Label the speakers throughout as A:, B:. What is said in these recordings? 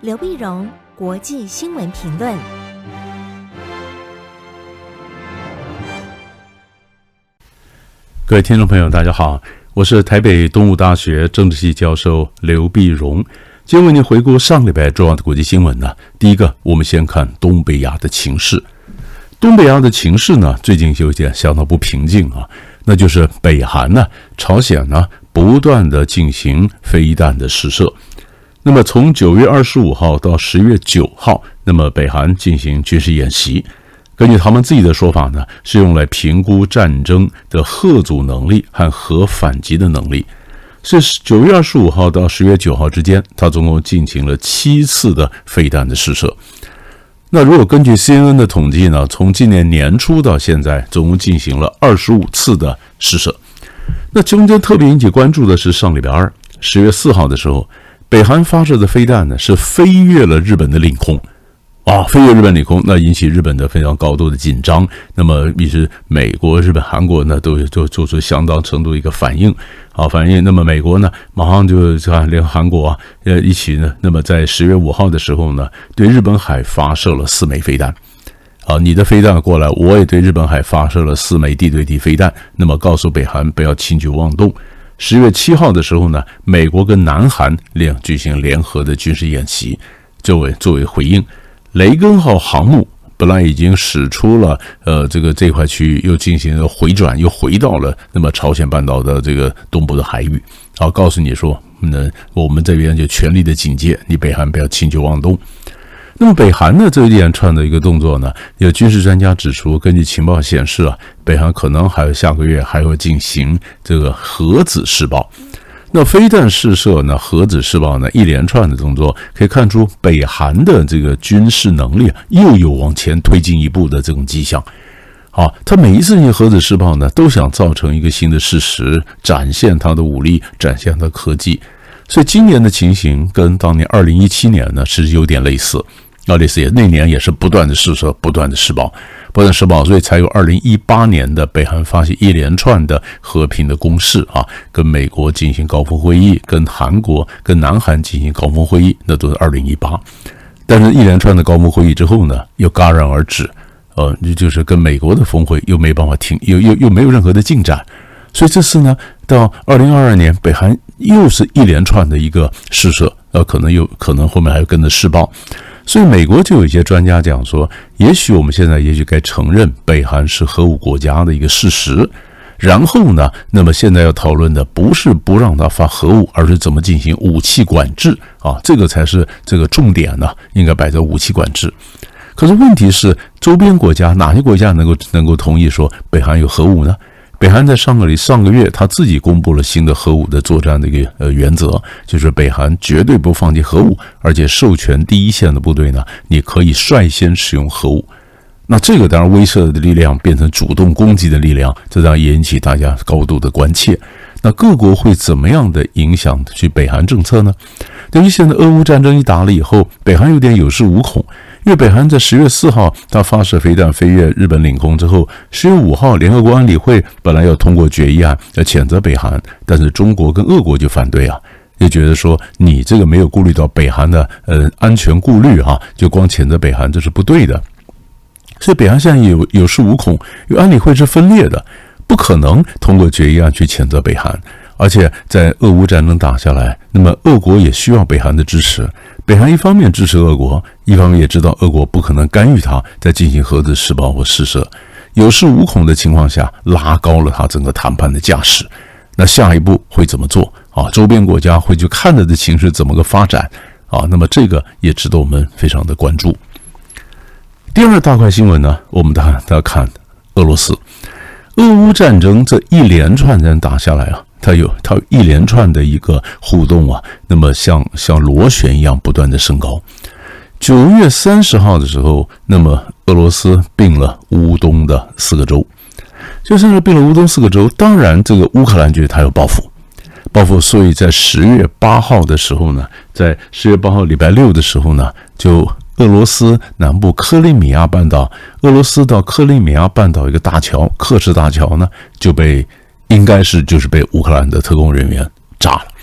A: 刘必荣国际新闻评论。
B: 各位听众朋友大家好，我是台北东吴大学政治系教授刘必荣。今天为您回顾上礼拜重要的国际新闻呢。第一个，我们先看东北亚的情势。东北亚的情势呢，最近有点相当不平静啊，那就是北韩呢、朝鲜呢不断的进行飞弹的试射。那么从9月25号到10月9号，那么北韩进行军事演习。根据他们自己的说法呢，是用来评估战争的嚇阻能力和核反击的能力。是9月25号到10月9号之间，他总共进行了7次的飞弹的试射。那如果根据 CNN 的统计呢，从今年年初到现在，总共进行了25次的试射。那中间特别引起关注的是上礼拜二10月4号的时候，北韩发射的飞弹呢是飞越了日本的领空。飞越日本领空，那引起日本的非常高度的紧张。那么于是美国、日本、韩国呢都做出相当程度的一个反应。那么美国呢马上就联合韩国一起呢，那么在10月5号的时候呢，对日本海发射了4枚飞弹。你的飞弹过来，我也对日本海发射了4枚地对地飞弹。那么告诉北韩不要轻举妄动。10月7号的时候呢，美国跟南韩举行联合的军事演习，作为回应。雷根号航母本来已经驶出了这块区域，又进行了回转，又回到了那么朝鲜半岛的这个东部的海域。告诉你说，我们这边就全力的警戒，你北韩不要轻举妄动。那么北韩呢这一连串的一个动作呢，有军事专家指出，根据情报显示北韩可能还有下个月还会进行这个核子试爆。那飞弹试射呢，核子试爆呢，一连串的动作可以看出北韩的这个军事能力又有往前推进一步的这种迹象。他每一次进行核子试爆呢，都想造成一个新的事实，展现他的武力，展现他的科技。所以今年的情形跟当年2017年呢是有点类似。类似那年也是不断的试射，不断的试爆，所以才有2018年的北韩发起一连串的和平的攻势跟美国进行高峰会议，跟韩国、跟南韩进行高峰会议，那都是2018。但是一连串的高峰会议之后呢，又戛然而止，就是跟美国的峰会又没办法停，又没有任何的进展。所以这次呢，到2022年，北韩又是一连串的一个试射，可能后面还有跟着试爆。所以美国就有一些专家讲说，也许我们现在该承认北韩是核武国家的一个事实，然后呢，那么现在要讨论的不是不让它发核武，而是怎么进行武器管制这个才是这个重点呢，应该摆在武器管制。可是问题是，周边国家哪些国家能够同意说北韩有核武呢？北韩在上个月他自己公布了新的核武的作战的一个原则，就是北韩绝对不放弃核武，而且授权第一线的部队呢，你可以率先使用核武。那这个当然威慑的力量变成主动攻击的力量，这当然也引起大家高度的关切。那各国会怎么样的影响去北韩政策呢？由于现在俄乌战争一打了以后，北韩有点有恃无恐。因为北韩在10月4号他发射飞弹飞越日本领空之后，10月5号联合国安理会本来要通过决议案要谴责北韩，但是中国跟俄国就反对就觉得说你这个没有顾虑到北韩的安全顾虑就光谴责北韩，这是不对的。所以北韩现在有恃无恐，因为安理会是分裂的，不可能通过决议案去谴责北韩。而且在俄乌战争打下来，那么俄国也需要北韩的支持。北韩一方面支持俄国，一方面也知道俄国不可能干预他在进行核子试爆或试射，有恃无恐的情况下，拉高了他整个谈判的架势。那下一步会怎么做周边国家会去看着的情势怎么个发展那么这个也值得我们非常的关注。第二大块新闻呢，我们大家看俄罗斯。俄乌战争这一连串人打下来它有一连串的一个互动那么像螺旋一样不断的升高。9月30号的时候，那么俄罗斯并了乌东的4个州，就是并了乌东4个州。当然，这个乌克兰觉得他有报复，所以在10月8号的时候呢，在10月8号礼拜六的时候呢，就俄罗斯南部克里米亚半岛，俄罗斯到克里米亚半岛一个大桥，刻赤大桥呢，就是被乌克兰的特工人员炸了。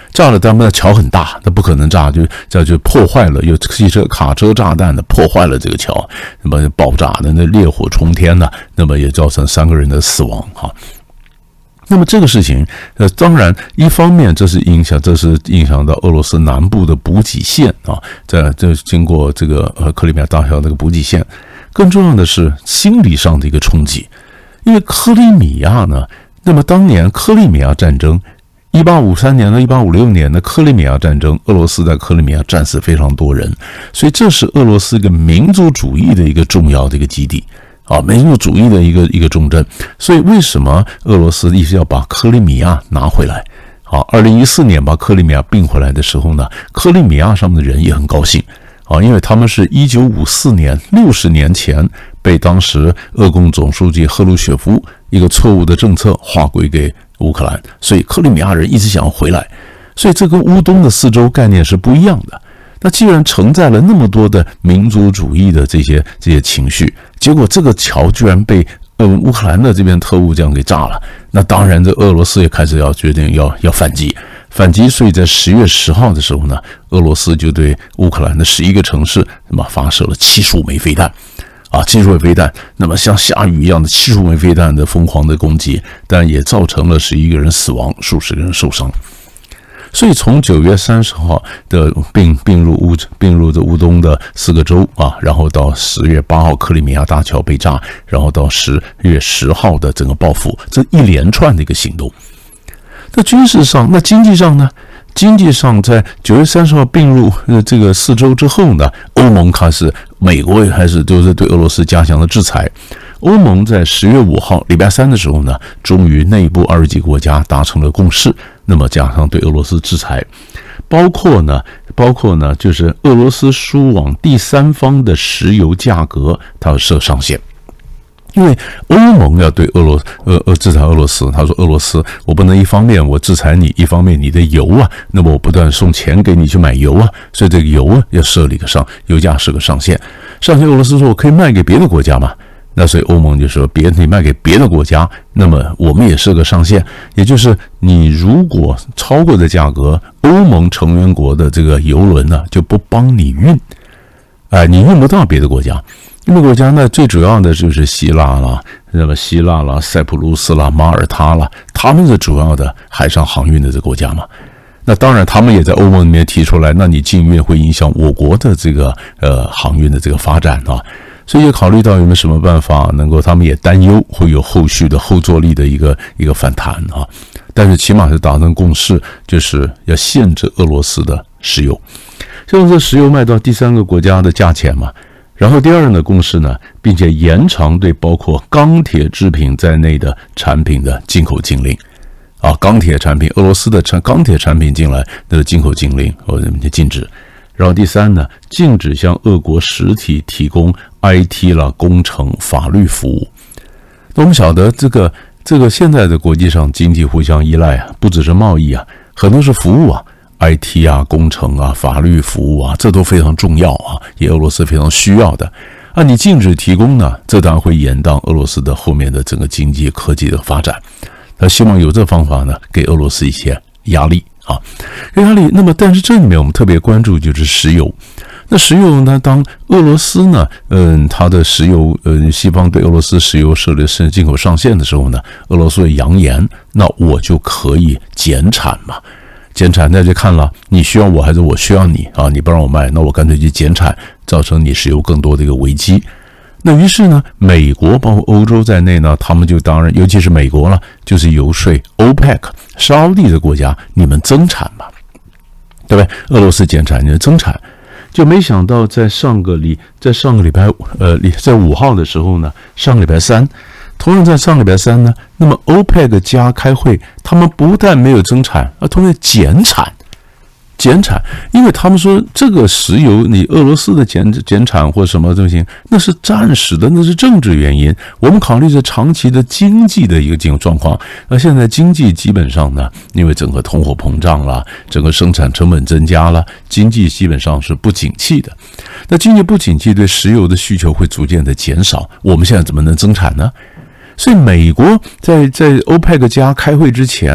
B: 炸了，他们的桥很大，那不可能炸，就破坏了，有汽车、卡车炸弹的破坏了这个桥，那么爆炸的那烈火冲天呢，那么也造成3个人的死亡哈。那么这个事情，当然一方面这是影响到俄罗斯南部的补给线啊，这经过这个克里米亚大桥这个补给线，更重要的是心理上的一个冲击，因为克里米亚呢，那么当年克里米亚战争。1853年到1856年的克里米亚战争，俄罗斯在克里米亚战死非常多人，所以这是俄罗斯一个民族主义的一个重要的一个基地啊，民族主义的一个重镇。所以为什么俄罗斯一直要把克里米亚拿回来？好，2014年把克里米亚并回来的时候呢，克里米亚上面的人也很高兴啊，因为他们是1954年60年前被当时俄共总书记赫鲁雪夫一个错误的政策划归给乌克兰，所以克里米亚人一直想要回来，所以这跟乌东的4州概念是不一样的。那既然承载了那么多的民族主义的这些情绪，结果这个桥居然被乌克兰的这边特务这样给炸了，那当然这俄罗斯也开始要决定要反击，所以在10月10号的时候呢，俄罗斯就对乌克兰的11个城市那么发射了75枚飞弹。75枚飞弹，那么像下雨一样的75枚飞弹的疯狂的攻击，但也造成了11个人死亡，数十个人受伤。所以从9月30号的并入这乌东的4个州啊，然后到10月8号克里米亚大桥被炸，然后到10月10号的整个报复，这一连串的一个行动。那军事上，那经济上呢？经济上，在9月30号并入这个4州之后呢，欧盟开始，美国也开始就是对俄罗斯加强了制裁。欧盟在10月5号礼拜三的时候呢，终于内部20几个国家达成了共识，那么加上对俄罗斯制裁，包括呢，就是俄罗斯输往第三方的石油价格，它要设上限。因为欧盟要对制裁俄罗斯，他说俄罗斯我不能一方面我制裁你，一方面你的油啊，那么我不断送钱给你去买油啊，所以这个油啊要设立一个油价是个上限。俄罗斯说我可以卖给别的国家嘛，那所以欧盟就说你卖给别的国家，那么我们也设个上限，也就是你如果超过的价格，欧盟成员国的这个油轮呢就不帮你运，你运不到别的国家。那么国家呢，最主要的就是希腊啦，塞浦路斯啦，马耳他啦，他们是主要的海上航运的这个国家嘛。那当然，他们也在欧盟里面提出来，那你禁运会影响我国的这个航运的这个发展啊。所以也考虑到有没有什么办法能够，他们也担忧会有后续的后坐力的一个反弹啊。但是起码是达成共识，就是要限制俄罗斯的石油，像这石油卖到第三个国家的价钱嘛。然后第二呢，共识呢，并且延长对包括钢铁制品在内的产品的进口禁令啊，钢铁产品，俄罗斯的钢铁产品进来那个进口禁令或者禁止。然后第三呢，禁止向俄国实体提供 IT 啦、工程、法律服务。那我们晓得这个现在的国际上经济互相依赖啊，不只是贸易啊，很多是服务啊。IT 啊，工程啊，法律服务啊，这都非常重要啊，也俄罗斯非常需要的。你禁止提供呢，这当然会延宕俄罗斯的后面的整个经济科技的发展。他希望有这方法呢，给俄罗斯一些压力啊，那么，但是这里面我们特别关注就是石油。那石油呢，当俄罗斯呢，它的石油，西方对俄罗斯石油设立进口上限的时候呢，俄罗斯扬言，那我就可以减产嘛。减产那就看了你需要我还是我需要你啊，你不让我卖，那我干脆去减产，造成你石油更多的一个危机。那于是呢，美国包括欧洲在内呢，他们就当然尤其是美国了，就是游说 OPEC 沙烏地的国家，你们增产吧，对不对？俄罗斯减产，你们增产。就没想到在上个礼拜在5号的时候呢，上个礼拜三，同样在上个礼拜三呢，那么 OPEC 加开会，他们不但没有增产，而同样减产，因为他们说这个石油你俄罗斯的减产或什么东西，那是暂时的，那是政治原因。我们考虑着长期的经济的一个状况，而现在经济基本上呢，因为整个通货膨胀啦，整个生产成本增加了，经济基本上是不景气的。那经济不景气，对石油的需求会逐渐的减少。我们现在怎么能增产呢？所以美国在 OPEC 加开会之前，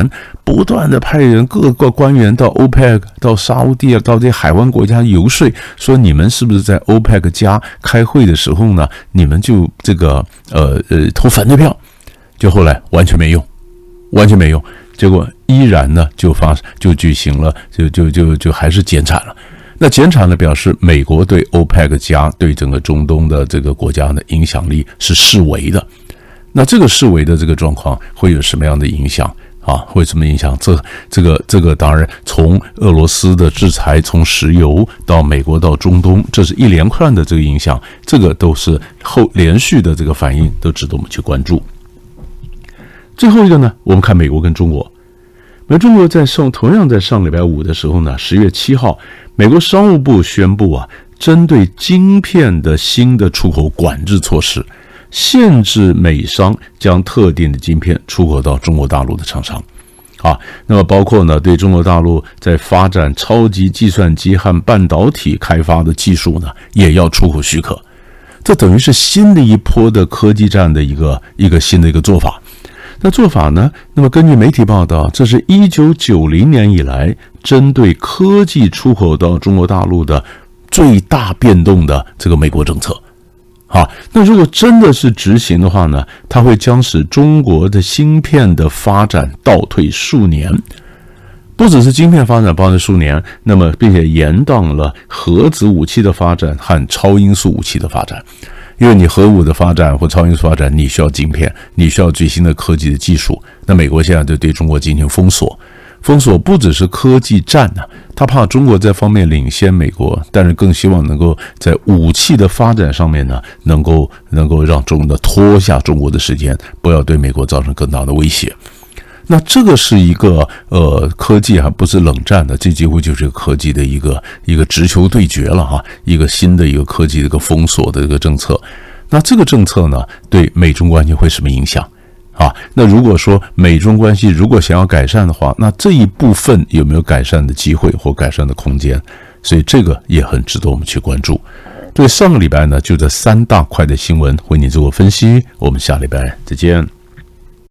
B: 不断的派人各个官员到 OPEC 到沙烏地到这些海湾国家游说，说你们是不是在 OPEC 加开会的时候呢，你们就这个投反对票，就后来完全没用，结果依然呢就举行了，就还是减产了。那减产呢，表示美国对 OPEC 加对整个中东的这个国家的影响力是式微的。那这个式微的这个状况会有什么样的影响啊？会什么影响？这个当然从俄罗斯的制裁，从石油到美国到中东，这是一连串的这个影响，这个都是连续的这个反应，都值得我们去关注。最后一个呢，我们看美国跟中国。中国同样在上礼拜五的时候呢，10月7号，美国商务部宣布啊，针对晶片的新的出口管制措施，限制美商将特定的晶片出口到中国大陆的厂商。那么包括呢，对中国大陆在发展超级计算机和半导体开发的技术呢，也要出口许可。这等于是新的一波的科技战的一个新的一个做法。那做法呢？那么根据媒体报道，这是1990年以来针对科技出口到中国大陆的最大变动的这个美国政策。那如果真的是执行的话呢，它会将使中国的芯片的发展倒退数年，不只是晶片发展倒退数年，那么并且延宕了核子武器的发展和超音速武器的发展。因为你核武的发展或超音速发展，你需要晶片，你需要最新的科技的技术。那美国现在就对中国进行封锁不只是科技战他怕中国在方面领先美国，但是更希望能够在武器的发展上面呢，能够让中国拖下中国的时间，不要对美国造成更大的威胁。那这个是一个科技还不是冷战的，这几乎就是科技的一个直球对决了一个新的一个科技的一个封锁的一个政策。那这个政策呢，对美中关系会什么影响那如果说美中关系如果想要改善的话，那这一部分有没有改善的机会或改善的空间？所以这个也很值得我们去关注。对，上个礼拜呢，就这3大块的新闻为你做分析，我们下礼拜再见。